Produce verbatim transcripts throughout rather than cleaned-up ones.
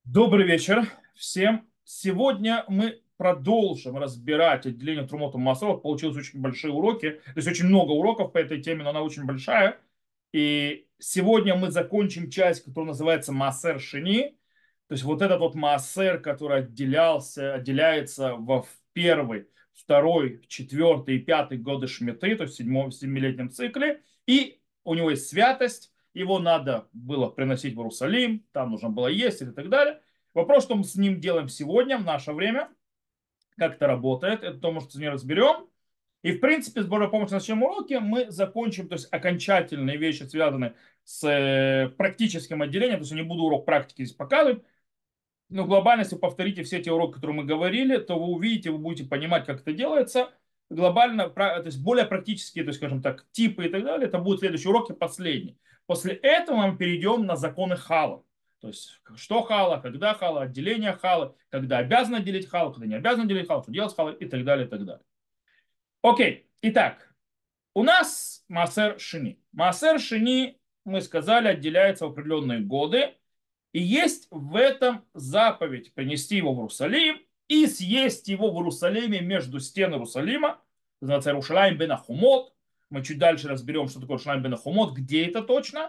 Добрый вечер всем. Сегодня мы продолжим разбирать отделение Трумот и Маасорот. Получилось очень большие уроки, то есть очень много уроков по этой теме, но она очень большая. И сегодня мы закончим часть, которая называется Маасер Шини. То есть вот этот вот Маасер, который отделялся, отделяется во первый, второй, четвертый и пятый годы Шмиты, то есть в седьмом, семилетнем цикле. И у него есть святость, его надо было приносить в Иерусалим, там нужно было есть и так далее. Вопрос, что мы с ним делаем сегодня, в наше время, как это работает, это то, может, с ним разберем. И, в принципе, с Божьей помощью на следующем уроке мы закончим, то есть окончательные вещи, связанные с э, практическим отделением, то есть я не буду урок практики здесь показывать, но глобально, если повторите все эти уроки, которые мы говорили, то вы увидите, вы будете понимать, как это делается. Глобально, то есть более практические, то есть, скажем так, типы и так далее, это будут следующие уроки, последний. После этого мы перейдем на законы хала. То есть, что хала, когда хала, отделение хала, когда обязан отделить халу, когда не обязан отделить халу, что делать с халой и так далее, и так далее. Окей, итак, у нас Маасер Шини. Маасер Шини, мы сказали, отделяется в определенные годы. И есть в этом заповедь принести его в Иерусалим и съесть его в Иерусалиме между стен Иерусалима. Это называется Иерушалаим бен Ахумот. Мы чуть дальше разберем, что такое Иерушалаим бен Ахумот, где это точно.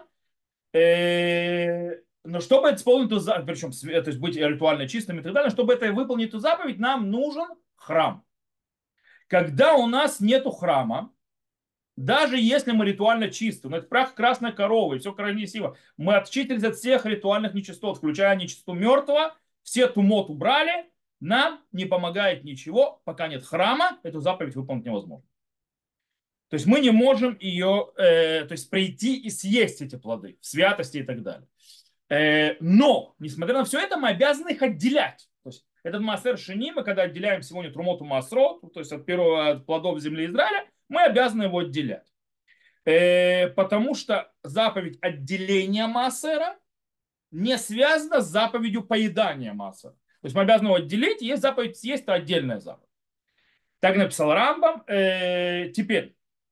Э, Но чтобы исполнить эту заповедь, причем то есть быть ритуально чистым и так далее, чтобы это выполнить эту заповедь, нам нужен храм. Когда у нас нету храма, даже если мы ритуально чисты, но это прах красной коровы, и все красиво, мы отчислились от всех ритуальных нечистот, включая нечистоту мертвого, все тумот убрали, нам не помогает ничего, пока нет храма, эту заповедь выполнить невозможно. То есть мы не можем ее, э, то есть прийти и съесть эти плоды в святости и так далее. Э, но, несмотря на все это, мы обязаны их отделять. То есть этот маасер шини, мы когда отделяем сегодня трумоту маасрот, то есть от первого от плодов земли Израиля, мы обязаны его отделять. Э, потому что заповедь отделения маасера не связана с заповедью поедания маасера. То есть мы обязаны его отделить, и есть заповедь съесть, это отдельная заповедь. Так написал Рамбам. Э, теперь,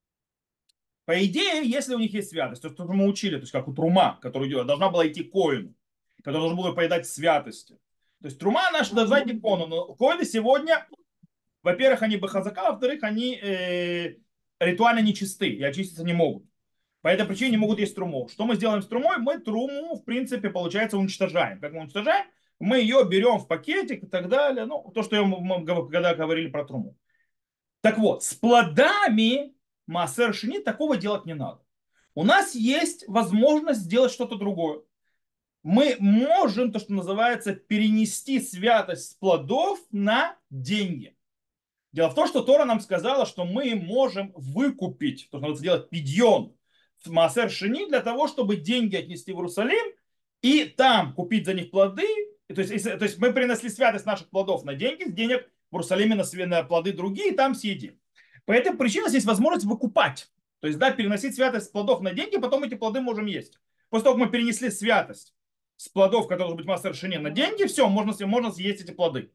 по идее, если у них есть святость, то, что мы учили, то есть как у трума, которая идет, должна была идти коину, который должен был поедать святости. То есть трума наша должна идти коину, но коины сегодня, во-первых, они бахазака, во-вторых, они э, ритуально нечисты и очиститься не могут. По этой причине не могут есть труму. Что мы сделаем с трумой? Мы труму, в принципе, получается, уничтожаем. Как мы уничтожаем? Мы ее берем в пакетик и так далее. Ну, то, что мы когда говорили про труму. Так вот, с плодами маасер шини такого делать не надо. У нас есть возможность сделать что-то другое. Мы можем, то, что называется, перенести святость с плодов на деньги. Дело в том, что Тора нам сказала, что мы можем выкупить, то, что надо сделать пидьон в маасер шини для того, чтобы деньги отнести в Иерусалим и там купить за них плоды. То есть, если, то есть мы принесли святость наших плодов на деньги, с денег в Иерусалиме на, на плоды другие, и там съедим. По этой причине у нас есть возможность выкупать. То есть, да, переносить святость с плодов на деньги, потом эти плоды можем есть. После того, как мы перенесли святость с плодов, которые должны быть маасер шини, на деньги, все, можно, можно съесть эти плоды.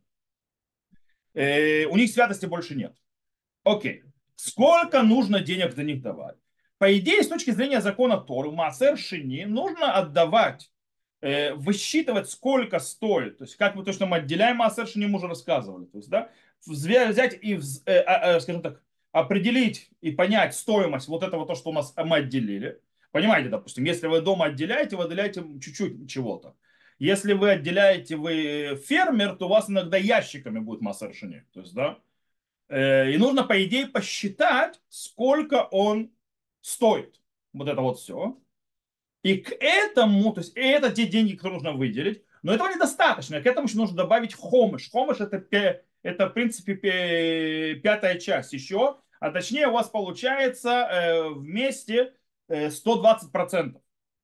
Э, у них святости больше нет. Окей. Сколько нужно денег за них давать? По идее, с точки зрения закона Торы, маасер шини нужно отдавать, э, высчитывать, сколько стоит. То есть, как мы то, что мы отделяем маасер шини, мы уже рассказывали. То есть, да, взять и, э, э, скажем так, определить и понять стоимость вот этого, то, что у нас мы отделили. Понимаете, допустим, если вы дома отделяете, вы отделяете чуть-чуть чего-то. Если вы отделяете, вы фермер, то у вас иногда ящиками будет маасер шини. То есть, да, и нужно, по идее, посчитать, сколько он стоит. Вот это вот все. И к этому, то есть это те деньги, которые нужно выделить, но этого недостаточно. К этому еще нужно добавить хомыш. Хомыш это, это в принципе, пятая часть еще. А точнее у вас получается вместе сто двадцать процентов.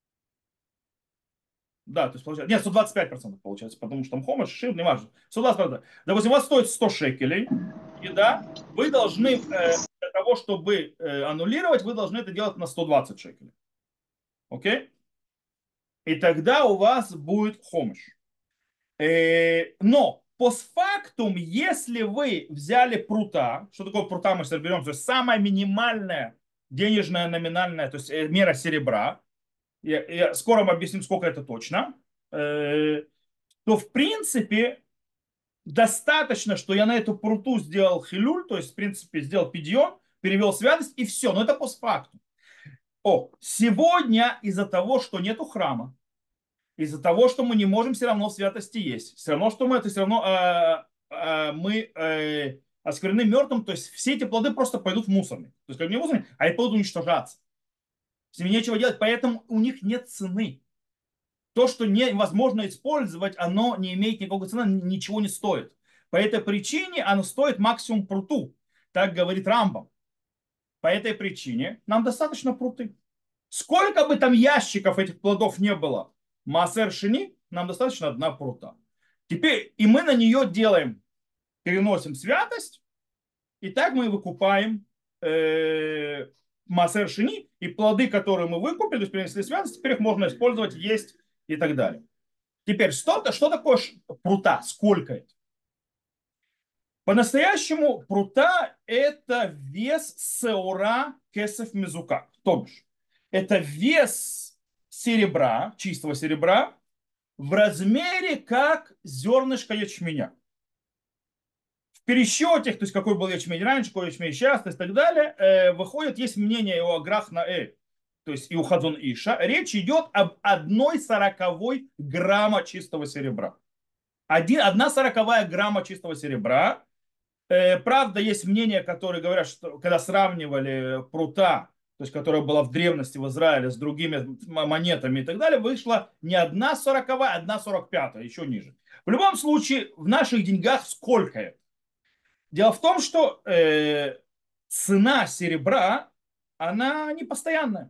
Да, то есть получается, нет, сто двадцать пять процентов получается, потому что там хомыш, шир, не важно. сто двадцать процентов. Допустим, у вас стоит сто шекелей, и да, вы должны, э, для того, чтобы э, аннулировать, вы должны это делать на сто двадцать шекелей. Окей? И тогда у вас будет хомыш. Э, но постфактум, если вы взяли прута, что такое прута, мы сейчас разберем, то есть самая минимальная денежная номинальная, то есть э, мера серебра, я, я скоро вам объясню, сколько это точно. Э, то в принципе достаточно, что я на эту пруту сделал хилюль, то есть в принципе сделал пидьон, перевел святость и все. Но это постфактум. О, сегодня из-за того, что нету храма, из-за того, что мы не можем все равно в святости есть, все равно, что мы это все равно э, э, мы э, осквернены мертвым, то есть все эти плоды просто пойдут в мусорник. То есть как не мусорник, а они будут уничтожаться. С ними нечего делать, поэтому у них нет цены. То, что невозможно использовать, оно не имеет никакой цены, ничего не стоит. По этой причине оно стоит максимум пруту. Так говорит Рамбам. По этой причине нам достаточно пруты. Сколько бы там ящиков этих плодов не было, маасер шини, нам достаточно одна прута. Теперь и мы на нее делаем, переносим святость, и так мы выкупаем э, маасер шини, и плоды, которые мы выкупили, то есть перенесли святость, теперь их можно использовать, есть и так далее. Теперь, что, что такое прута? Сколько это? По-настоящему прута это вес сеура кесов мезука. То бишь, это вес серебра, чистого серебра, в размере как зернышко ячменя. В пересчете, то есть какой был ячмень раньше, какой ячмень сейчас, и так далее, э, выходит, есть мнение у Аграх на Э, то есть и у Хазон Иша. Речь идет об одной сороковой грамма чистого серебра. Один, одна сороковая грамма чистого серебра. Э, правда, есть мнения, которые говорят, что когда сравнивали прута, то есть которая была в древности в Израиле с другими монетами и так далее, вышла не одна сороковая, а одна сорок пятая, еще ниже. В любом случае, в наших деньгах сколько это? Дело в том, что э, цена серебра, она не постоянная.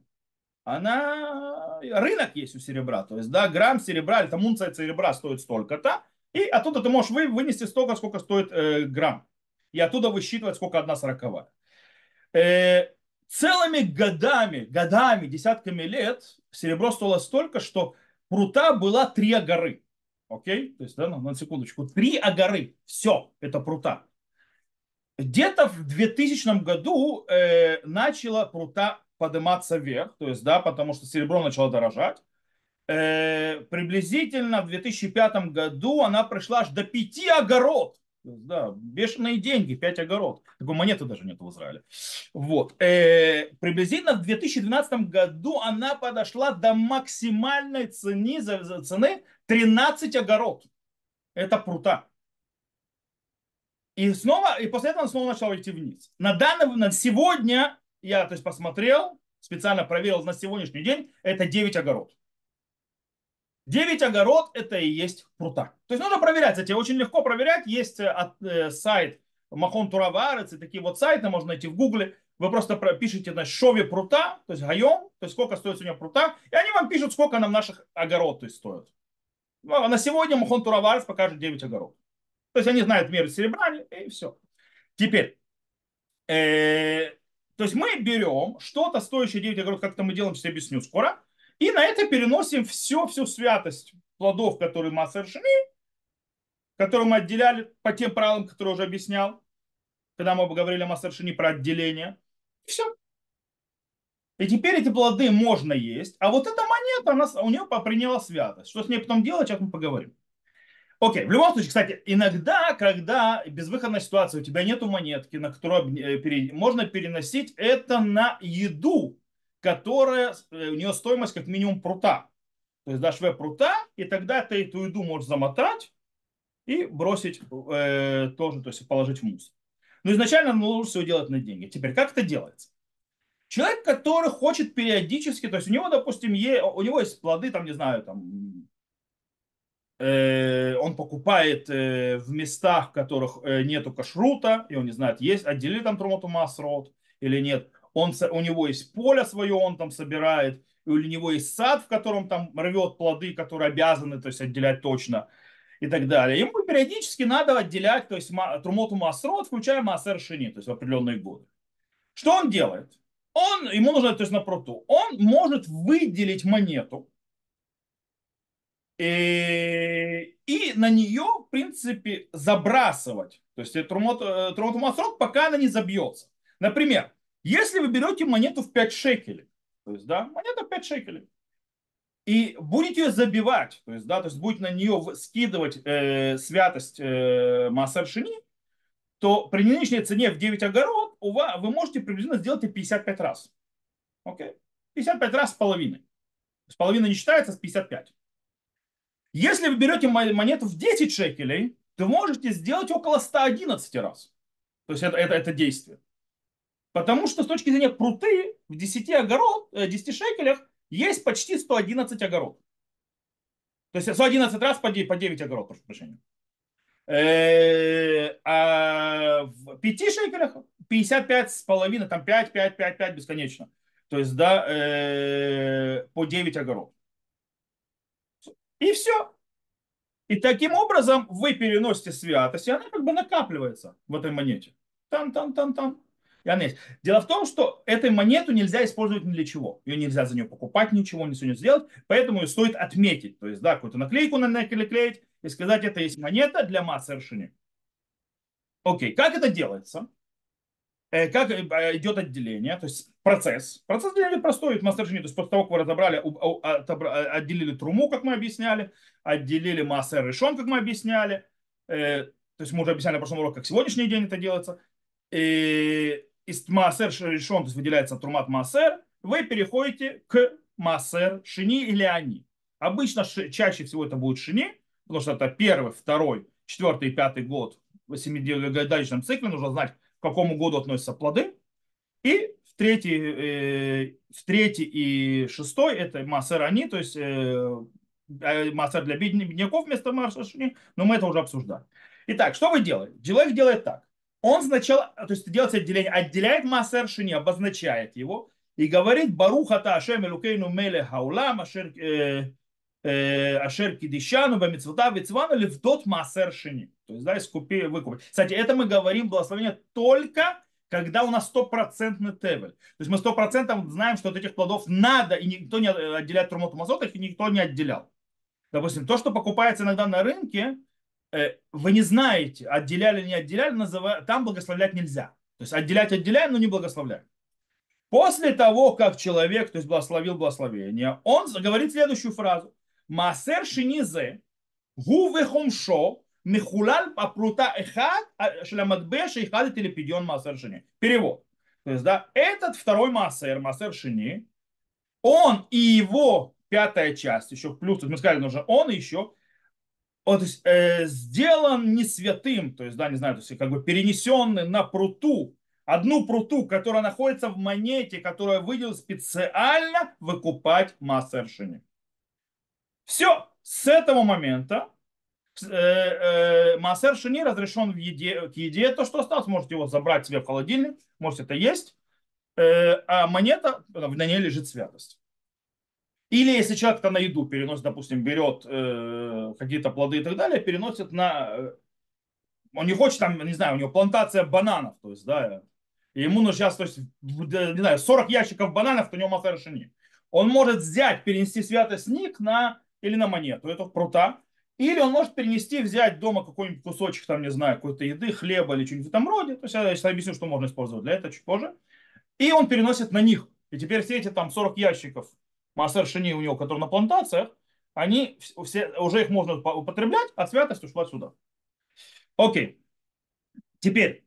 Она рынок есть у серебра. То есть, да, грамм серебра или там унция серебра стоит столько-то, и оттуда ты можешь вы, вынести столько, сколько стоит э, грамм. И оттуда высчитывать, сколько одна сороковая. Э, целыми годами, годами, десятками лет серебро стоило столько, что прута была три агары. Окей? То есть, да, на, на секундочку. Три агары. Все, это прута. Где-то в двухтысячном году э, начала прута подниматься вверх, то есть, да, потому что серебро начало дорожать. Э, приблизительно в две тысячи пятом году она пришла аж до пяти огород. То есть, да, бешеные деньги, пять огород. Такой монеты даже нет в Израиле. Вот. Э, приблизительно в две тысячи двенадцатом году она подошла до максимальной цены, цены тринадцать огород. Это прута. И снова, и после этого он снова начал идти вниз. На данный, на сегодня, я то есть, посмотрел, специально проверил на сегодняшний день, это девять огород. девять огород это и есть прута. То есть нужно проверять, кстати, очень легко проверять. Есть от, э, сайт Махон Тураварец, и такие вот сайты можно найти в гугле. Вы просто пишете на шове прута, то есть гаем, то есть сколько стоит сегодня прута, и они вам пишут, сколько нам наших огород то есть, стоит. Ну, а на сегодня Махон Тураварец покажет девять огород. То есть они знают меру серебра, и все. Теперь, э, то есть мы берем что-то стоящее девять огород, как-то мы делаем, сейчас объясню скоро, и на это переносим все, всю святость плодов, которые мы совершили, которые мы отделяли по тем правилам, которые уже объяснял, когда мы говорили о Массершине про отделение. И все. И теперь эти плоды можно есть, а вот эта монета, она, у нее приняла святость. Что с ней потом делать, сейчас мы поговорим. Окей, в любом случае, кстати, иногда, когда безвыходная ситуация, у тебя нету монетки, на которую э, пере- можно переносить это на еду, которая, э, у нее стоимость как минимум прута. То есть дашь в прута, и тогда ты эту еду можешь замотать и бросить э, тоже, то есть положить в мусор. Но изначально лучше всего делать на деньги. Теперь, как это делается? Человек, который хочет периодически, то есть у него, допустим, е, у него есть плоды, там, не знаю, там, э, он покупает э, в местах, в которых э, нету кашрута, и он не знает, есть, отделили там трумоту масрот или нет. Он, у него есть поле свое, он там собирает, и у него есть сад, в котором там рвет плоды, которые обязаны, то есть отделять точно и так далее. Ему периодически надо отделять, то есть трумоту масрот, включая маасер шини, то есть в определенные годы. Что он делает? Он, ему нужно, то есть на пруту, он может выделить монету, и, и на нее, в принципе, забрасывать. То есть трумот, э, трумот пока она не забьется. Например, если вы берете монету в пять шекелей, то есть, да, монета в пять шекелей, и будете ее забивать, то есть, да, то есть будете на нее в- скидывать э, святость э, Маасер Шини, то при нынешней цене в девять огород у вас, вы можете приблизительно сделать и пятьдесят пять раз. Окей? пятьдесят пять раз с половиной. С половиной не считается, с пятьдесят пять. Если вы берете монету в десять шекелей, то можете сделать около ста одиннадцати раз. То есть это, это, это действие. Потому что с точки зрения пруты в десяти, огород, э, десяти шекелях есть почти сто одиннадцать огород. То есть сто одиннадцать раз по девять, по девять огород, прошу прощения. Э, А в пяти шекелях пятьдесят пять с половиной, там пять, пять, пять, пять бесконечно. То есть, да, э, по девять огород. И все. И таким образом вы переносите святость, и она как бы накапливается в этой монете. Там, там, там, там. И она есть. Дело в том, что эту монету нельзя использовать ни для чего. Ее нельзя за нее покупать, ничего, ничего не сделать. Поэтому ее стоит отметить. То есть, да, какую-то наклейку на наклеить и сказать, это есть монета для массы Шини. Окей, как это делается? Э, Как э, идет отделение, то есть процесс. Процесс отделения простой, мастер Шини. То есть после того, как вы разобрали, у- у- отобра- отделили труму, как мы объясняли, отделили массер решен, как мы объясняли. Э, То есть мы уже объясняли на прошлом уроке, как сегодняшний день это делается. И из массер решен, то есть выделяется трумат массер, вы переходите к массер шини или они. Обычно ши- чаще всего это будет шини, потому что это первый, второй, четвертый и пятый год в семидесятигодичном цикле. Нужно знать, к какому году относятся плоды. И в третий, э, в третий и шестой это массер они, то есть э, э, массер для бедняков вместо массер шини, но мы это уже обсуждали. Итак, что вы делаете? Человек делает так. Он сначала, то есть делается отделение, отделяет массер шини, обозначает его и говорит Барух ата Ашем Элукейну меле хаулам ашер э, э, ашер кидишану бамитцвота вицвану левдот массер шини. То есть, да, искупи, выкупи. Кстати, это мы говорим благословение только когда у нас стопроцентный тевель. То есть мы сто процентов знаем, что от этих плодов надо, и никто не отделяет трумоту мазот, их и никто не отделял. Допустим, то, что покупается иногда на рынке, э, вы не знаете, отделяли или не отделяли, называя, там благословлять нельзя. То есть отделять отделяем, но не благословляем. После того, как человек, то есть благословил благословение, он говорит следующую фразу. Маасер шинизе гу вехомшо михулаль апрута эхад шламадбе шейхад телепидион маасер шини. Перевод. То есть, да, этот второй маасер, маасер шини, он и его пятая часть, еще плюс, мы сказали, нужно он и еще, вот, то есть, э, сделан не святым, то есть, да, не знаю, то есть, как бы перенесенный на пруту, одну пруту, которая находится в монете, которая выделена специально выкупать маасер шини. Все, с этого момента э, э, маасер шини разрешен в еде, к еде. То, что осталось, можете его забрать себе в холодильник, можете это есть. Э, а монета, на ней лежит святость. Или если человек это на еду переносит, допустим, берет э, какие-то плоды и так далее, переносит на... э, Он не хочет там, не знаю, у него плантация бананов, то есть, да, и ему нужно сейчас, то есть, не знаю, сорок ящиков бананов, то у него маасер шини. Он может взять, перенести святость ник на, или на монету, это прута, или он может перенести, взять дома какой-нибудь кусочек, там, не знаю, какой-то еды, хлеба или что-нибудь в этом роде. То есть я сейчас объясню, что можно использовать для этого чуть позже. И он переносит на них. И теперь все эти там сорок ящиков маасер шини у него, которые на плантациях, они все, уже их можно употреблять, а святость ушла сюда. Окей. Теперь,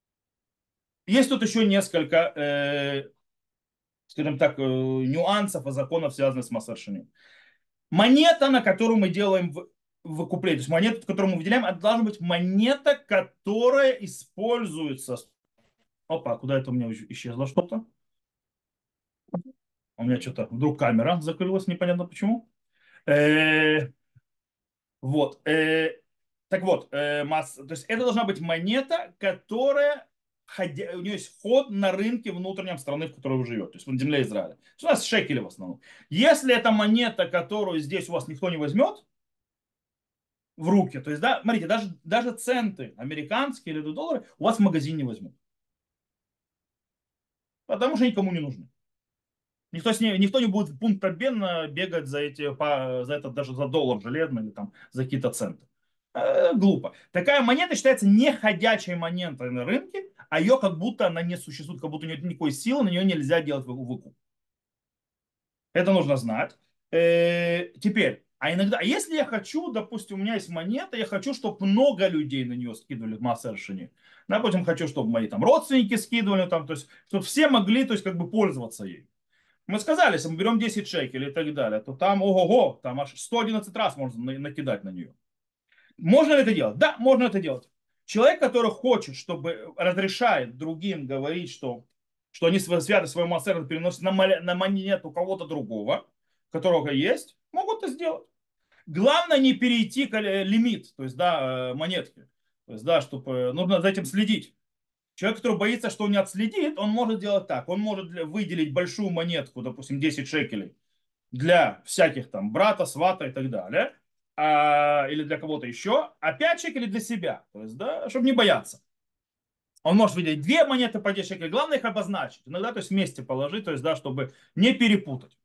есть тут еще несколько, э, скажем так, э, нюансов и законов, связанных с маасер шини. Монета, на которую мы делаем в- выкупление, то есть монета, которую мы выделяем, это должна быть монета, которая используется. Опа, куда это у меня исчезло что-то? У меня что-то вдруг камера закрылась, непонятно почему. Э, Вот. э, Так вот, э, масс- то есть это должна быть монета, которая ходя- у нее есть вход на рынке внутреннем страны, в которой вы живете, то есть в земле Израиля. То есть у нас шекели в основном. Если это монета, которую здесь у вас никто не возьмет в руки, то есть, да, смотрите, даже, даже центы американские или доллары у вас в магазине не возьмут, потому что никому не нужны. Никто, с ней, никто не будет в пункт обмена бегать за, эти, по, за этот даже за доллар железный или там за какие-то центы. Э, глупо. Такая монета считается неходячей монетой на рынке, а ее как будто она не существует, как будто у нее никакой силы, на нее нельзя делать вы- выкуп. Это нужно знать. Э, теперь, а иногда, а если я хочу, допустим, у меня есть монета, я хочу, чтобы много людей на нее скидывали массер шини. Допустим, хочу, чтобы мои там родственники скидывали, там, то есть, чтобы все могли, то есть, как бы пользоваться ей. Мы сказали, если мы берем десять шекелей и так далее, то там, ого-го, там аж сто одиннадцать раз можно на- накидать на нее. Можно ли это делать? Да, можно это делать. Человек, который хочет, чтобы разрешает другим говорить, что, что они св- свято свой массер переносят на, моля- на монету кого-то другого, которого есть, могут это сделать. Главное не перейти к- э, лимит, то есть, да, э, монетки. То есть, да, чтобы нужно за этим следить. Человек, который боится, что он не отследит, он может делать так. Он может для- выделить большую монетку, допустим, десять шекелей, для всяких там брата, свата и так далее, а, или для кого-то еще, а пять шекелей для себя, то есть, да, чтобы не бояться. Он может выделить две монеты по десять шекелей, главное их обозначить, иногда, то есть вместе положить, то есть, да, чтобы не перепутать.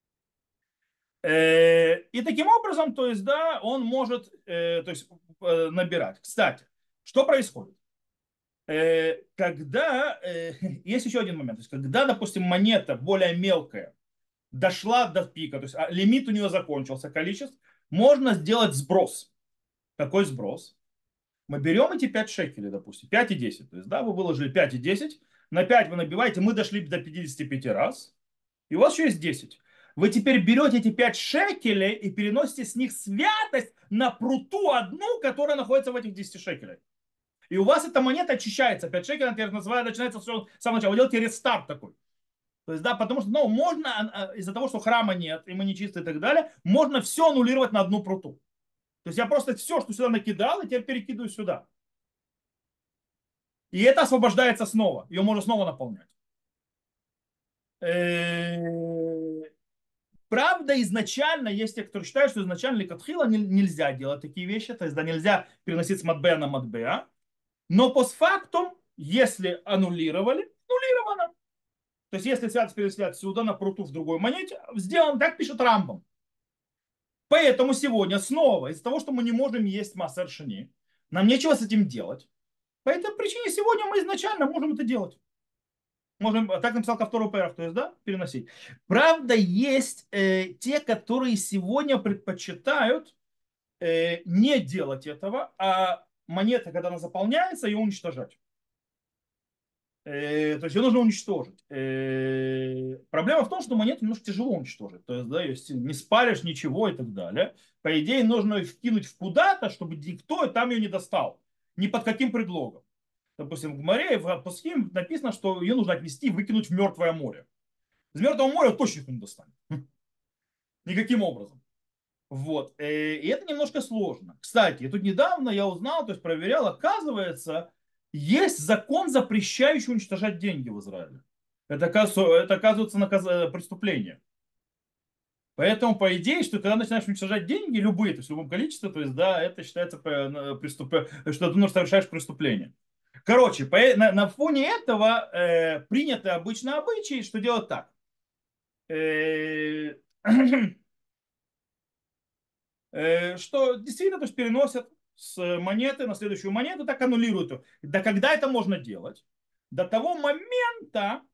Э, И таким образом, то есть, да, он может, э, то есть, э, набирать. Кстати, что происходит? Э, Когда, э, есть еще один момент, то есть, когда, допустим, монета более мелкая, дошла до пика, то есть а, лимит у нее закончился, количество, можно сделать сброс. Какой сброс? Мы берем эти пять шекелей, допустим, пять и десять. То есть, да, вы выложили пять и десять, на пять вы набиваете, мы дошли до пятидесяти пяти раз, и у вас еще есть десять. Вы теперь берете эти пять шекелей и переносите с них святость на пруту одну, которая находится в этих десяти шекелях. И у вас эта монета очищается. пять шекелей, она теперь называется, начинается все с самого начала. Вы делаете рестарт такой. То есть, да, потому что, ну, можно, а, а, из-за того, что храма нет, и мы не чистые и так далее, можно все аннулировать на одну пруту. То есть я просто все, что сюда накидал, и теперь перекидываю сюда. И это освобождается снова. Ее можно снова наполнять. Э, Правда, изначально есть те, которые считают, что изначально ликатхила нельзя делать такие вещи, то есть да, нельзя переносить с матбея на матбея, но постфактум, если аннулировали, аннулировано. То есть если святость перенесли отсюда на пруту в другой монете, сделан так, пишет Рамбам. Поэтому сегодня снова, из-за того, что мы не можем есть массер шини, нам нечего с этим делать. По этой причине сегодня мы изначально можем это делать. Можем, так написал ко второй парах, то есть, да, переносить. Правда, есть э, те, которые сегодня предпочитают э, не делать этого, а монета, когда она заполняется, ее уничтожать. Э, то есть ее нужно уничтожить. Э, проблема в том, что монету немножко тяжело уничтожить. То есть, да, если не спалишь ничего и так далее. По идее, нужно ее вкинуть в куда-то, чтобы никто там ее не достал. Ни под каким предлогом. Допустим, в море в Пасхим написано, что ее нужно отнести и выкинуть в мертвое море. Из мертвого моря точно никто не достанет. Никаким образом. Вот. Э, И это немножко сложно. Кстати, тут недавно я узнал, то есть проверял, оказывается, есть закон, запрещающий уничтожать деньги в Израиле. Это, оказывается, это, оказывается наказ... э, преступление. Поэтому, по идее, что когда начинаешь уничтожать деньги, любые, то есть в любом количестве, то есть, да, это считается преступ... что ты ну, совершаешь преступление. Короче, по... на, на фоне этого э, приняты обычно обычаи, что делать так. Э, э, что действительно, то есть переносят с монеты на следующую монету, так аннулируют ее. Да когда это можно делать? До того момента,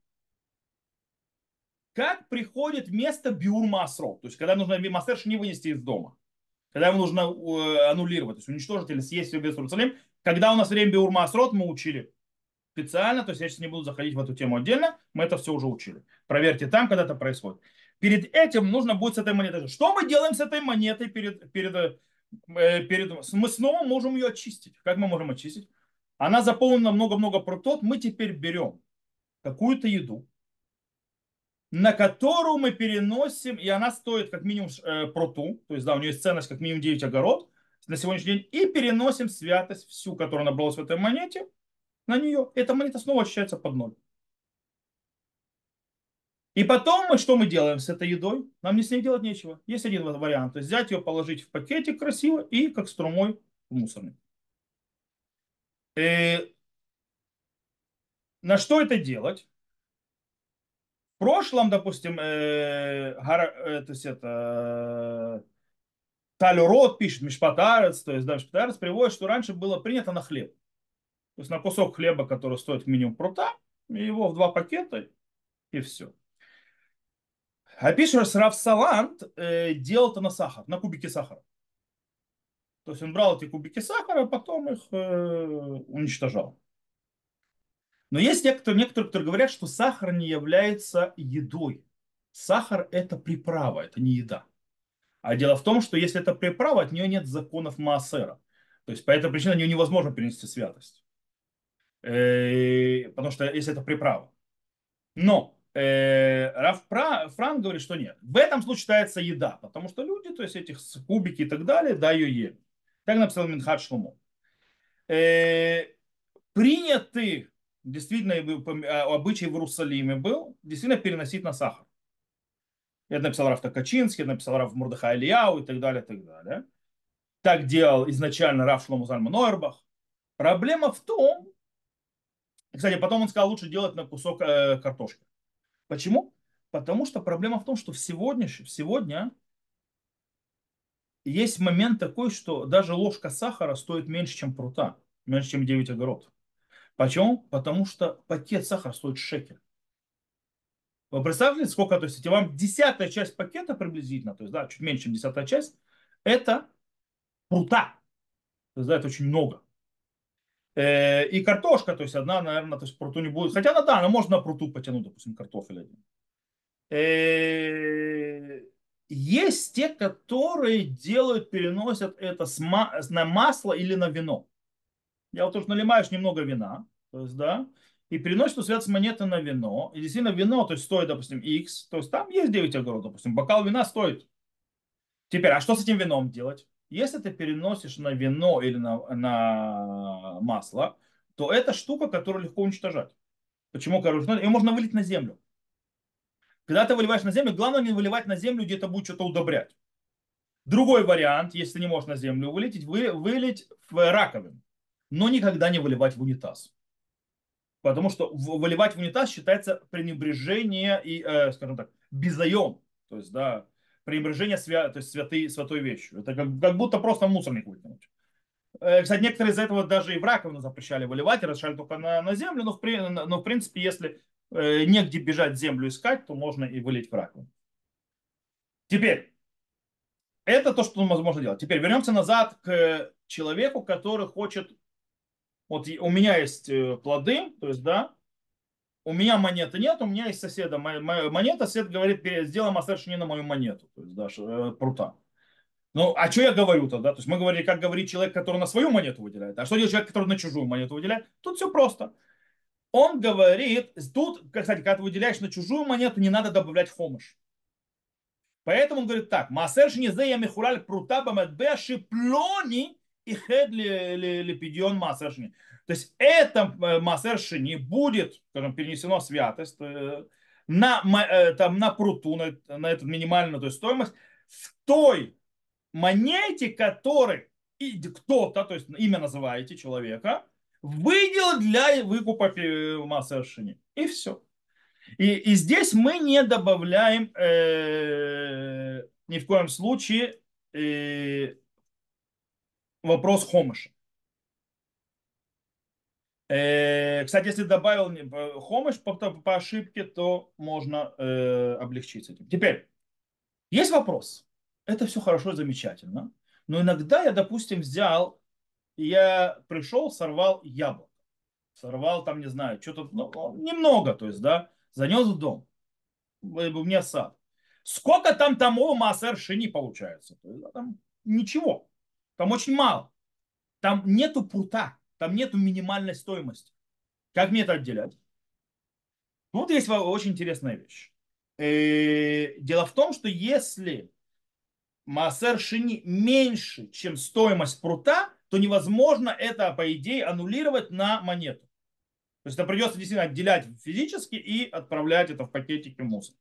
как приходит место биур маасров, то есть когда нужно маасерш не вынести из дома, когда его нужно э, аннулировать, то есть уничтожить или съесть весь Иерусалим. Когда у нас время биур маасрот, мы учили специально, то есть я сейчас не буду заходить в эту тему отдельно, мы это все уже учили. Проверьте там, когда это происходит. Перед этим нужно будет с этой монетой. Что мы делаем с этой монетой перед, перед, э, перед... Мы снова можем ее очистить. Как мы можем очистить? Она заполнена много-много протот. Мы теперь берем какую-то еду, на которую мы переносим, и она стоит как минимум э, проту, то есть да, у нее есть ценность как минимум девять огород на сегодняшний день, и переносим святость всю, которая набралась в этой монете, на нее. Эта монета снова очищается под ноль. И потом мы что мы делаем с этой едой? Нам не с ней делать нечего. Есть один вариант. То есть взять ее, положить в пакетик красиво и как струмой в мусорный. И на что это делать? В прошлом, допустим, э, гара- э, то есть это, э, Талюрот пишет, Мишпатарец, то есть да, Мишпатарец приводит, что раньше было принято на хлеб. То есть на кусок хлеба, который стоит минимум прута, и его в два пакета, и все. А пишет, что Рав Салант э, делал это на сахар, на кубики сахара. То есть он брал эти кубики сахара, а потом их э, уничтожал. Но есть некоторые, некоторые, которые говорят, что сахар не является едой. Сахар это приправа, это не еда. А дело в том, что если это приправа, от нее нет законов Маасера. То есть по этой причине от нее невозможно перенести святость. Э, Потому что если это приправа. Но э, Раф Пра- Франк говорит, что нет. В этом случае считается еда, потому что люди, то есть этих с- кубики и так далее, да, ее ели. Так написал Минхат Шломо. Э, Приняты, действительно, и вы пом- а, обычай в Иерусалиме был, действительно переносить на сахар. Это написал Раф Такачинский, это написал Раф Мурдыхай Ильяу и так далее, и так далее. Так делал изначально Раф Шломо Зальман Нойрбах. Проблема в том, кстати, потом он сказал, лучше делать на кусок э, картошки. Почему? Потому что проблема в том, что в сегодня, сегодня есть момент такой, что даже ложка сахара стоит меньше, чем прута, меньше, чем девять огород. Почему? Потому что пакет сахара стоит шекель. Вы представляете, сколько, то есть, если вам десятая часть пакета приблизительно, то есть, да, чуть меньше, чем десятая часть, это прута. То есть, да, это очень много. Э, И картошка, то есть, одна, наверное, то есть, пруту не будет. Хотя, ну да, она можно на пруту потянуть, допустим, картофель один. Э, Есть те, которые делают, переносят это с ма- на масло или на вино. Я вот тоже наливаешь немного вина, то есть, да, и переносишь эту связь монеты на вино. И действительно вино, то есть стоит, допустим, X, то есть там есть девять огород, допустим, бокал вина стоит. Теперь, а что с этим вином делать? Если ты переносишь на вино или на, на масло, то это штука, которую легко уничтожать. Почему, короче? Ее можно вылить на землю. Когда ты выливаешь на землю, главное не выливать на землю, где-то будет что-то удобрять. Другой вариант, если ты не можешь на землю вылить, вы, вылить в раковину, но никогда не выливать в унитаз. Потому что выливать в унитаз считается пренебрежение и, э, скажем так, безаем. То есть, да, пренебрежение свя, то есть святой, святой вещью. Это как, как будто просто в мусорник выкинуть. Э, Кстати, некоторые из этого даже и в раковину запрещали выливать, и разрешали только на, на землю, но в, при- но в принципе, если э, негде бежать землю искать, то можно и вылить в раковину. Теперь, это то, что возможно делать. Теперь вернемся назад к человеку, который хочет, вот у меня есть э, плоды, то есть, да, у меня монеты нет, у меня есть соседа монета, сосед говорит, сделай массаж не на мою монету, то есть, да, э, прута. Ну, а что я говорю тогда? То есть мы говорили, как говорит человек, который на свою монету выделяет. А что делает человек, который на чужую монету выделяет? Тут все просто. Он говорит, тут, кстати, когда ты выделяешь на чужую монету, не надо добавлять хомыш. Поэтому он говорит так. Маасер шнизе я михураль прута бамадбе шиплони и хед лепидион маасер шни. То есть это э, маасер шни будет, скажем, перенесено святость э, на, э, там, на пруту, на, на эту минимальную то есть, стоимость в той монете, который и кто-то, то есть имя называете человека, выделил для выкупа маасер шни. И все. И, и здесь мы не добавляем э, ни в коем случае э, вопрос хомыша. Э, кстати, если добавил э, хомыш по, по, по ошибке, то можно э, облегчить с этим. Теперь, есть вопрос. Это все хорошо и замечательно. Но иногда я, допустим, взял, я пришел, сорвал яблоко. Сорвал там, не знаю, что-то, ну, немного, то есть, да, занес в дом. У меня сад. Сколько там тому массер шини получается? То есть, да, там ничего. Там очень мало. Там нету прута. Там нету минимальной стоимости. Как мне это отделять? Тут есть очень интересная вещь. Э, Дело в том, что если массер шини меньше, чем стоимость прута, то невозможно это, по идее, аннулировать на монету. То есть это придется действительно отделять физически и отправлять это в пакетике мусор.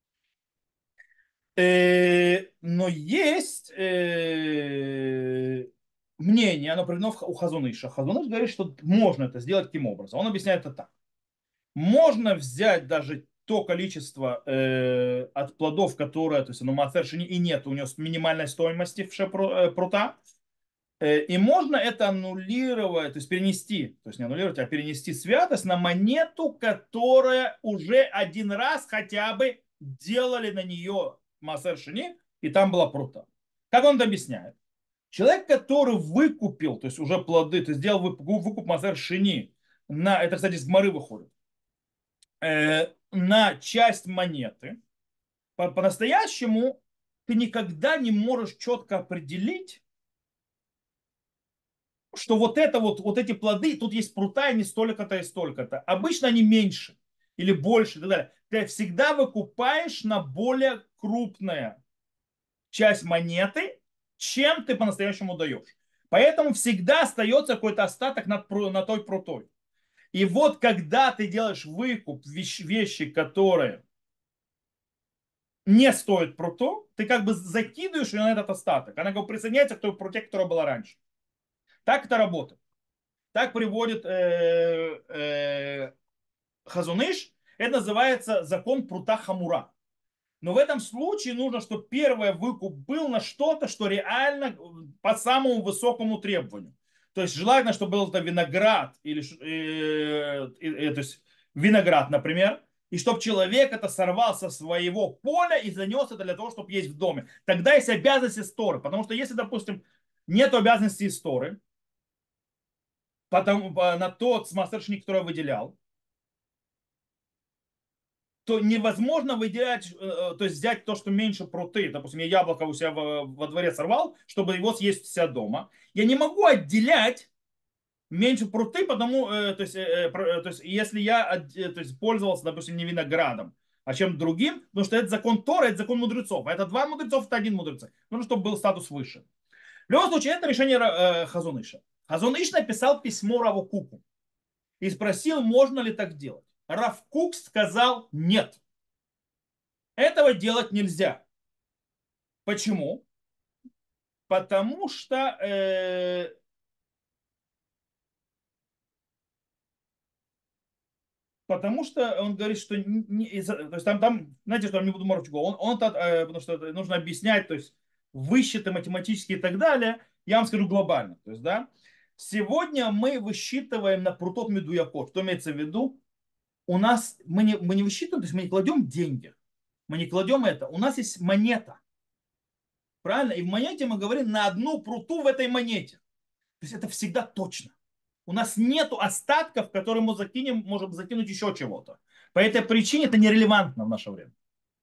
Э, Но есть э, мнение, оно приведено у Хазуныша. Хазуныш говорит, что можно это сделать таким образом. Он объясняет это так. Можно взять даже то количество э, от плодов, которое, то есть оно мацершини и нет, у него минимальной стоимости в шепру, прута, э, и можно это аннулировать, то есть перенести, то есть не аннулировать, а перенести святость на монету, которая уже один раз хотя бы делали на нее массер шини, и там была прута. Как он это объясняет? Человек, который выкупил, то есть уже плоды, то есть сделал выкуп, выкуп массер шини, на, это, кстати, из Гмары выходит, э, на часть монеты, по- по-настоящему ты никогда не можешь четко определить, что вот это вот, вот эти плоды, тут есть прута, и не столько-то и столько-то. Обычно они меньше или больше и так далее. Ты всегда выкупаешь на более крупная часть монеты, чем ты по-настоящему даешь. Поэтому всегда остается какой-то остаток над, на той прутой. И вот когда ты делаешь выкуп вещи, вещи, которые не стоят пруту, ты как бы закидываешь ее на этот остаток. Она как бы присоединяется к той пруте, которая была раньше. Так это работает. Так приводит э, э, Хазуныш. Это называется закон прута хамура. Но в этом случае нужно, чтобы первый выкуп был на что-то, что реально по самому высокому требованию. То есть желательно, чтобы был это виноград, или, э, э, э, то есть виноград, например, и чтобы человек это сорвал со своего поля и занес это для того, чтобы есть в доме. Тогда есть обязанность истории. Потому что если, допустим, нет обязанности истории, потому, на тот мастершник, который выделял, то невозможно выделять, э, э, то есть взять то, что меньше пруты. Допустим, я яблоко у себя во, во дворе сорвал, чтобы его съесть вся дома. Я не могу отделять меньше пруты, потому, э, то, есть, э, э, то есть, если я э, то есть, пользовался, допустим, не виноградом, а чем другим, потому что это закон Тора, это закон мудрецов. А это два мудрецов, это один мудрец. Нужно, чтобы был статус выше. В любом случае, это решение э, Хазуныша. Хазуныш написал письмо Раву Куку и спросил, можно ли так делать. Рав Кук сказал нет. Этого делать нельзя. Почему? Потому что, э, потому что он говорит, что не, то есть там, там, знаете, что я не буду морочить голову. Он, он, э, потому что это нужно объяснять, то есть высчеты математические и так далее. Я вам скажу глобально. То есть, да, сегодня мы высчитываем на прутот медуякот. Что имеется в виду? У нас мы не, мы не высчитываем, то есть мы не кладем деньги. Мы не кладем это. У нас есть монета. Правильно? И в монете мы говорим на одну пруту в этой монете. То есть это всегда точно. У нас нет остатков, которые мы закинем, можем закинуть еще чего-то. По этой причине это нерелевантно в наше время.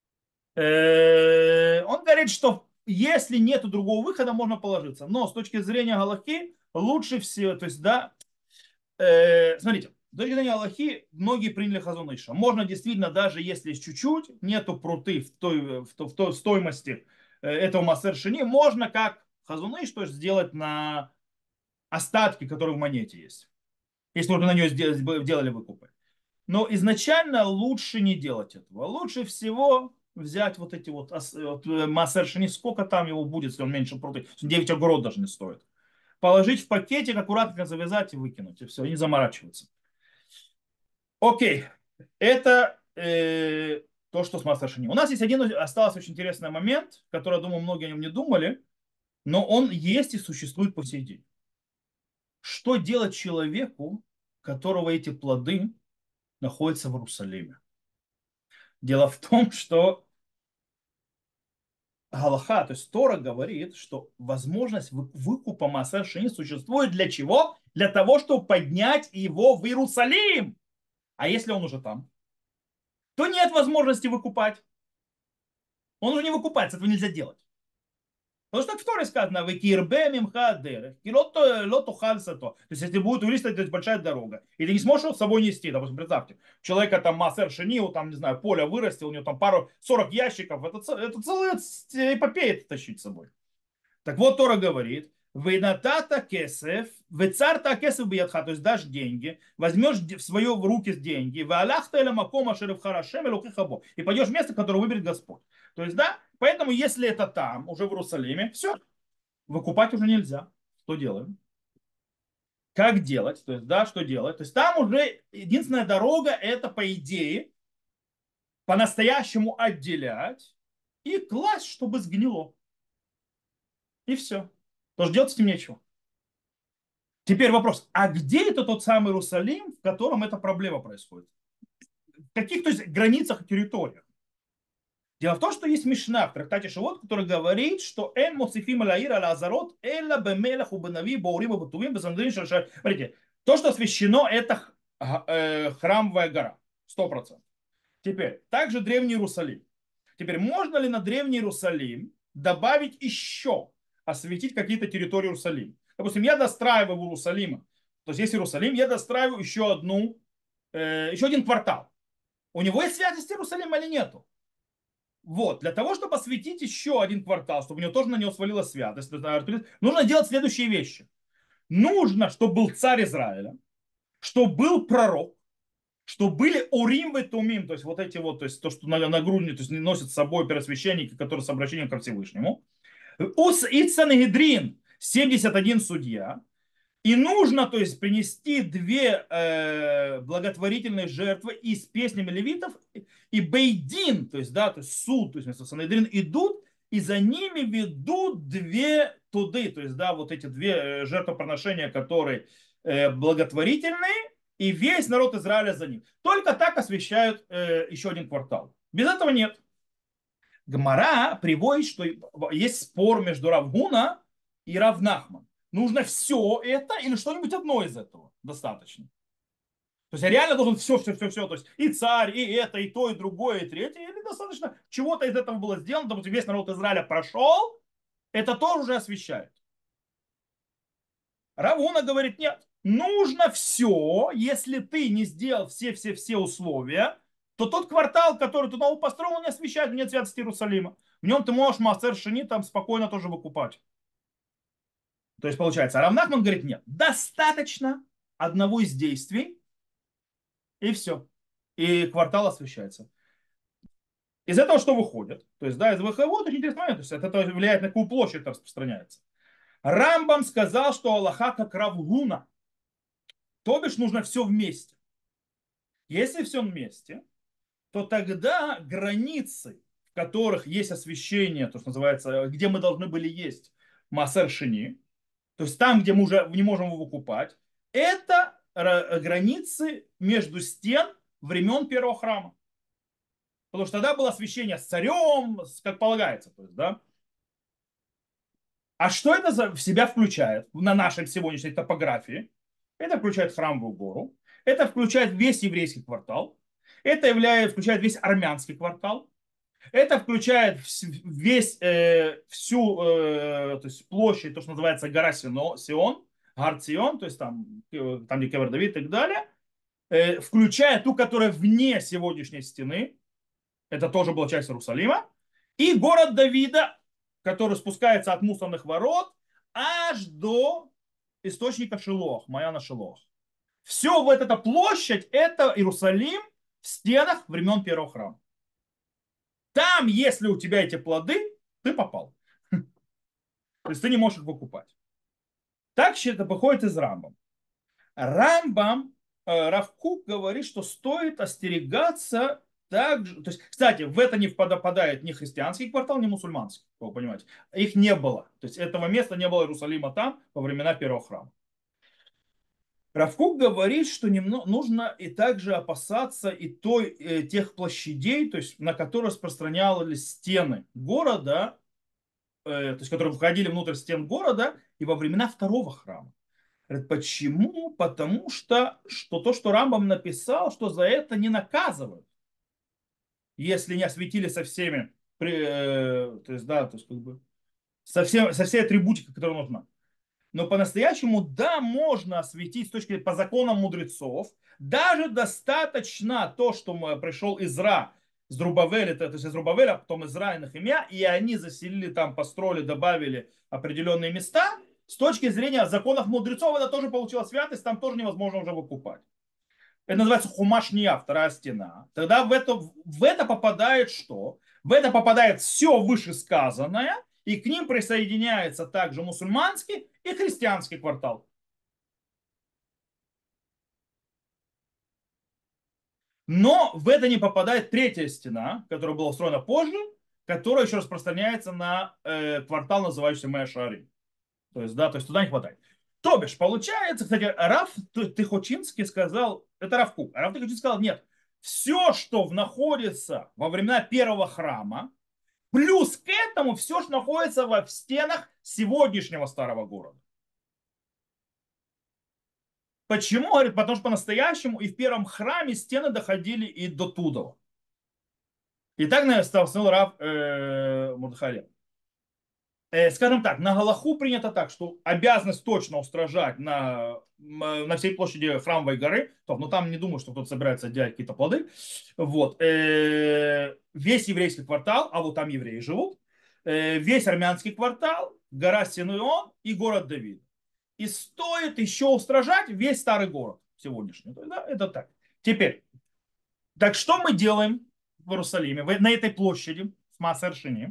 Э, Он говорит, что если нет другого выхода, можно положиться. Но с точки зрения Галахи лучше всего, то есть, да, э, смотрите, с точки зрения Аллахи многие приняли Хазон Иша. Можно действительно, даже если есть чуть-чуть, нету пруты в той, в той, в той стоимости э, этого массер шини, можно как Хазон Иш, то есть сделать на остатки, которые в монете есть. Если уже на нее сделали выкупы. Но изначально лучше не делать этого. Лучше всего взять вот эти вот, вот э, массер шини, сколько там его будет, если он меньше пруты. девять огород даже не стоит. Положить в пакетик, аккуратно завязать и выкинуть. И все, и не заморачиваться. Окей, это э, то, что с Master Шини. У нас есть один остался очень интересный момент, который, я думаю, многие о нем не думали, но он есть и существует по сей день. Что делать человеку, у которого эти плоды находятся в Иерусалиме? Дело в том, что Галаха, то есть Тора говорит, что возможность выкупа Маасер Шини существует для чего? Для того, чтобы поднять его в Иерусалим. А если он уже там, то нет возможности выкупать. Он уже не выкупается, этого нельзя делать. Потому что так в Торе сказано, вы кирбе мимха дерех, лотухальса то. То есть, если будет увеличиться, то есть большая дорога. И ты не сможешь его с собой нести. Допустим, представьте, у человека там массер шенил, там, не знаю, поле вырастил, у него там пару, сорок ящиков. Это, это целая эпопея тащить с собой. Так вот, Тора говорит, вейнатата кесев, вецарта кесев биядха, то есть дашь деньги, возьмешь в свое в руки деньги, ваалахта эля макома шерев харашем и лукихабо, и пойдешь в место, которое выберет Господь. То есть, да, поэтому если это там, уже в Иерусалиме, все, выкупать уже нельзя. Что делаем? Как делать? То есть, да, что делать? То есть там уже единственная дорога, это по идее по-настоящему отделять и класть, чтобы сгнило. И все. Тоже делать с ним нечего. Теперь вопрос, а где это тот самый Иерусалим, в котором эта проблема происходит? В каких, то есть, границах и территориях? Дело в том, что есть Мишна в трактате Шавот, который говорит, что «Эн моцифим алаир аля азарот элла бемелах убанави баурим батувим безандрин шаршар». Смотрите, то, что освящено, это э, храмовая гора. Сто процентов. Теперь, также Древний Иерусалим. Теперь, можно ли на Древний Иерусалим добавить еще, осветить какие-то территории Иерусалима? Допустим, я достраиваю в Иерусалима, то есть есть Иерусалим, я достраиваю еще одну, э, еще один квартал. У него есть святость Иерусалима или нету? Вот, для того, чтобы осветить еще один квартал, чтобы у него тоже на него свалилась святость, нужно делать следующие вещи. Нужно, чтобы был царь Израиля, чтобы был пророк, что были урим и тумим, то есть вот эти вот, то есть то, что на нагрудник, то есть носят с собой первосвященники, которые с обращением ко Всевышнему. Ус и Санхедрин, семьдесят один судья. И нужно, то есть, принести две э, благотворительные жертвы и с песнями левитов, и бейдин, то есть, да, то есть суд, то есть, вместо Санедрин идут, и за ними ведут две туды, то есть, да, вот эти две э, жертвоприношения, которые э, благотворительные, и весь народ Израиля за ним. Только так освещают э, еще один квартал. Без этого нет. Гмара приводит, что есть спор между Равгуна и Равнахман. Нужно все это или что-нибудь одно из этого достаточно. То есть я реально должен все, все, все, все. То есть и царь, и это, и то, и другое, и третье. Или достаточно чего-то из этого было сделано. Допустим, весь народ Израиля прошел. Это тоже уже освещает. Равуна говорит, нет. Нужно все, если ты не сделал все-все-все условия, то тот квартал, который ты новый построил, он не освещает, нет святости Иерусалима. В нем ты можешь Маасер Шини там спокойно тоже выкупать. То есть получается, Рав Нахман говорит, нет, достаточно одного из действий, и все. И квартал освещается. Из этого что выходит? То есть, да, из выхода очень интересный момент. То есть, это влияет на какую площадь это распространяется. Рамбам сказал, что Аллаха как Равгуна. То бишь нужно все вместе. Если все вместе, то тогда границы, в которых есть освещение, то, что называется, где мы должны были есть Маасер Шини, то есть там, где мы уже не можем его выкупать, это границы между стен времен первого храма. Потому что тогда было освящение с царем, как полагается. То есть, да? А что это в себя включает на нашей сегодняшней топографии? Это включает храмовую гору, это включает весь еврейский квартал, это является, включает весь армянский квартал, это включает весь, э, всю э, то есть площадь, то, что называется гора Сион, Гар Сион, то есть там, э, там где Кевер Давид и так далее, э, включая ту, которая вне сегодняшней стены, это тоже была часть Иерусалима, и город Давида, который спускается от мусорных ворот аж до источника Шилох, Маяна Шилох. Все вот эта площадь, это Иерусалим в стенах времен первого храма. Там, если у тебя эти плоды, ты попал. То есть ты не можешь их выкупать. Так это выходит из Рамбам. Рамбам, э, Рав Кук говорит, что стоит остерегаться также. То есть, кстати, в это не попадает ни христианский квартал, ни мусульманский. Вы понимаете. Их не было. То есть этого места не было Иерусалима там во времена первого храма. Рав Кук говорит, что немного, нужно и также опасаться и той, э, тех площадей, то есть на которые распространялись стены города, э, то есть которые входили внутрь стен города и во времена второго храма. Говорит, почему? Потому что, что то, что Рамбам написал, что за это не наказывают, если не осветили со всеми, при, э, то есть, да, то есть, как бы, со, всем, со всей атрибутикой, которая нужна. Но по-настоящему, да, можно осветить с точки зрения по законам мудрецов. Даже достаточно то, что пришел Изра с Зрубавеля, то есть из Зрубавеля, а потом Изра и Нахимия, и они заселили там, построили, добавили определенные места. С точки зрения законов мудрецов, это тоже получила святость, там тоже невозможно уже выкупать. Это называется хумашния, вторая стена. Тогда в это, в это попадает что? В это попадает все вышесказанное, и к ним присоединяется также мусульманский и христианский квартал. Но в это не попадает третья стена, которая была устроена позже, которая еще распространяется на э, квартал, называющийся Мэшари. То есть, да, то есть туда не хватает. То бишь, получается, кстати, Раф Тыхочинский сказал, это Раф Кук, а Раф Тыхочинский сказал, нет, все, что в- находится во времена первого храма, плюс к этому все, что находится во, в стенах сегодняшнего старого города. Почему? Говорит, потому что по-настоящему и в первом храме стены доходили и до Тудова. И так наставил Рав э, Мурдхарев. Э, скажем так, на Галаху принято так, что обязанность точно устражать на, на всей площади Храмовой горы, то, но там не думаю, что кто-то собирается отделять какие-то плоды, вот, э, весь еврейский квартал, а вот там евреи живут, э, весь армянский квартал, гора Синуион и город Давид. И стоит еще устражать весь старый город сегодняшний. То есть, да, это так. Теперь, так что мы делаем в Иерусалиме, на этой площади, в Маасер-Шини?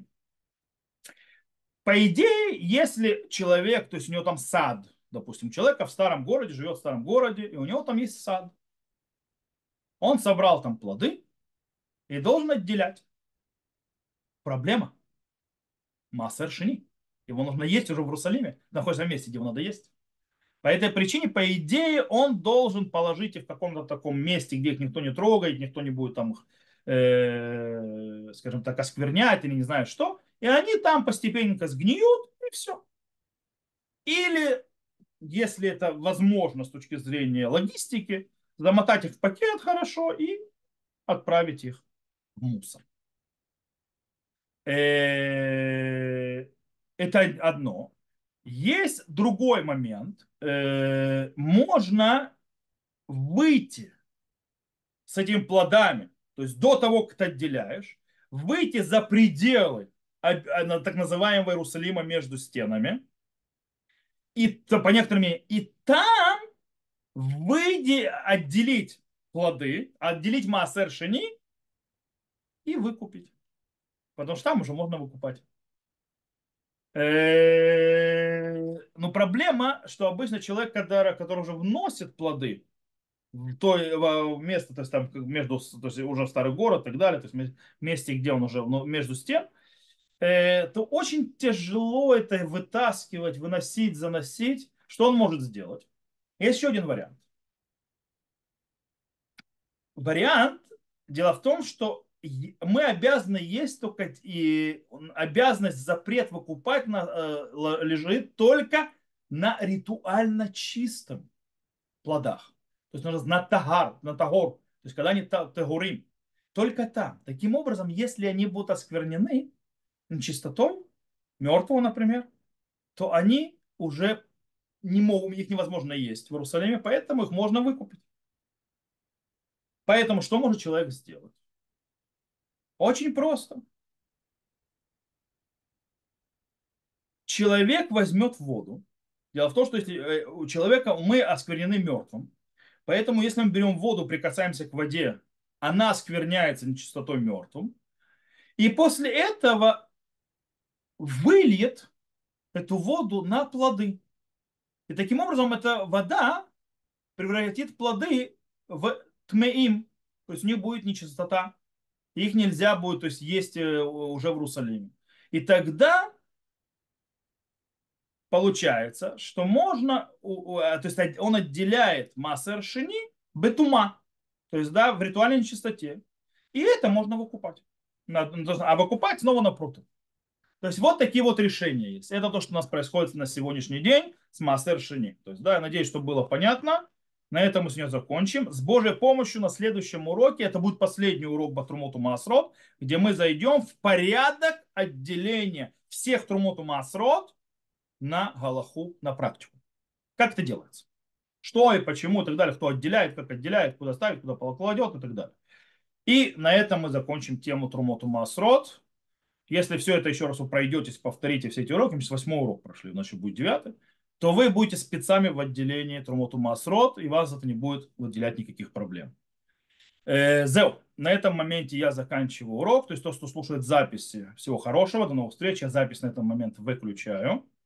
По идее, если человек, то есть у него там сад, допустим, человек в старом городе, живет в старом городе, и у него там есть сад. Он собрал там плоды и должен отделять. Проблема. Маасер шини. Его нужно есть уже в Иерусалиме, находится в месте, где его надо есть. По этой причине, по идее, он должен положить их в каком-то таком месте, где их никто не трогает, никто не будет там, э, скажем так, осквернять или не знаю что. И они там постепенно сгниют, и все. Или если это возможно с точки зрения логистики, замотать их в пакет хорошо и отправить их в мусор. Э, Это одно. Есть другой момент. Э, Можно выйти с этими плодами, то есть до того, как ты отделяешь, выйти за пределы так называемого Иерусалима между стенами, и по некоторым и там выйди, отделить плоды, отделить маасер шини и выкупить. Потому что там уже можно выкупать. Э, Но проблема, что обычно человек, когда, который уже вносит плоды в то место, то есть там между, то есть уже в старый город и так далее, то есть месте, где он уже ну, между стен, э, то очень тяжело это вытаскивать, выносить, заносить. Что он может сделать? Есть еще один вариант. Вариант, дело в том, что мы обязаны есть только, и обязанность, запрет выкупать на, э, лежит только на ритуально чистом плодах. То есть нужно на тагар, на тагор, то есть когда они тагурим. Только там. Таким образом, если они будут осквернены нечистотой, мертвого, например, то они уже не могут, их невозможно есть в Иерусалиме, поэтому их можно выкупить. Поэтому что может человек сделать? Очень просто. Человек возьмет воду. Дело в том, что если э, у человека мы осквернены мертвым, поэтому если мы берем воду, прикасаемся к воде, она оскверняется нечистотой мертвым, и после этого выльет эту воду на плоды. И таким образом эта вода превратит плоды в тмеим, то есть у них будет нечистота, их нельзя будет, то есть есть э, уже в Иерусалиме. И тогда получается, что можно, то есть он отделяет массер шини бетума, то есть да, в ритуальной нечистоте. И это можно выкупать. А выкупать снова на пруду. То есть вот такие вот решения есть. Это то, что у нас происходит на сегодняшний день с массер шини. То есть да, я надеюсь, что было понятно. На этом мы сегодня закончим. С Божьей помощью на следующем уроке, это будет последний урок Батрумоту Маасрот, где мы зайдем в порядок отделения всех Трумоту Маасрот на Галаху, на практику. Как это делается? Что и почему и так далее, кто отделяет, как отделяет, куда ставит, куда кладет и так далее. И на этом мы закончим тему Трумоту Маасрот. Если все это еще раз вы пройдетесь, повторите все эти уроки, мы сейчас восьмой урок прошли, у нас еще будет девятый, то вы будете спецами в отделении Трумоту Маасрот, и вас это не будет выделять никаких проблем. Э, Зел, на этом моменте я заканчиваю урок, то есть то, что слушает записи, всего хорошего, до новых встреч, я запись на этот момент выключаю.